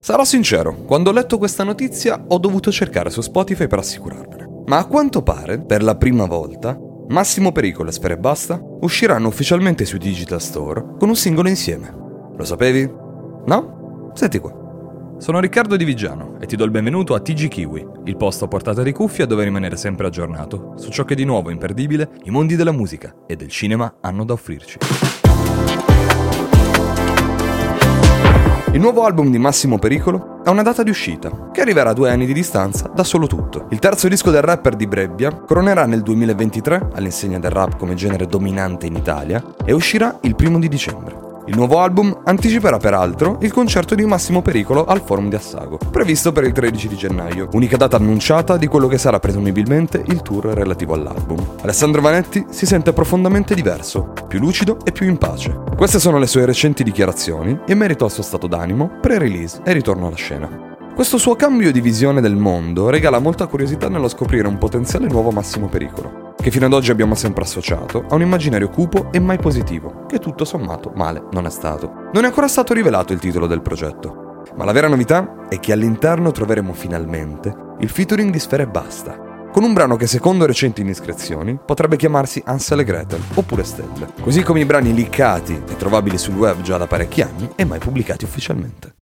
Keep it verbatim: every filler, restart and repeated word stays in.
Sarò sincero, quando ho letto questa notizia ho dovuto cercare su Spotify per assicurarmene. Ma a quanto pare, per la prima volta, Massimo Pericolo e Sfera Ebbasta usciranno ufficialmente sui digital store con un singolo insieme. Lo sapevi? No? Senti qua. Sono Riccardo Di Vigiano e ti do il benvenuto a T G Kiwi, il posto a portata di cuffia dove rimanere sempre aggiornato su ciò che di nuovo e imperdibile i mondi della musica e del cinema hanno da offrirci. Il nuovo album di Massimo Pericolo ha una data di uscita, che arriverà a due anni di distanza da Solo Tutto. Il terzo disco del rapper di Brebbia coronerà nel duemilaventitré, all'insegna del rap come genere dominante in Italia, e uscirà il primo di dicembre. Il nuovo album anticiperà peraltro il concerto di Massimo Pericolo al Forum di Assago, previsto per il tredici di gennaio, unica data annunciata di quello che sarà presumibilmente il tour relativo all'album. Alessandro Vanetti si sente profondamente diverso, più lucido e più in pace. Queste sono le sue recenti dichiarazioni in merito al suo stato d'animo, pre-release e ritorno alla scena. Questo suo cambio di visione del mondo regala molta curiosità nello scoprire un potenziale nuovo Massimo Pericolo, che fino ad oggi abbiamo sempre associato a un immaginario cupo e mai positivo, che tutto sommato male non è stato. Non è ancora stato rivelato il titolo del progetto, ma la vera novità è che all'interno troveremo finalmente il featuring di Sfera Ebbasta, con un brano che secondo recenti indiscrezioni potrebbe chiamarsi Hansel e Gretel oppure Stelle, così come i brani leakati e trovabili sul web già da parecchi anni e mai pubblicati ufficialmente.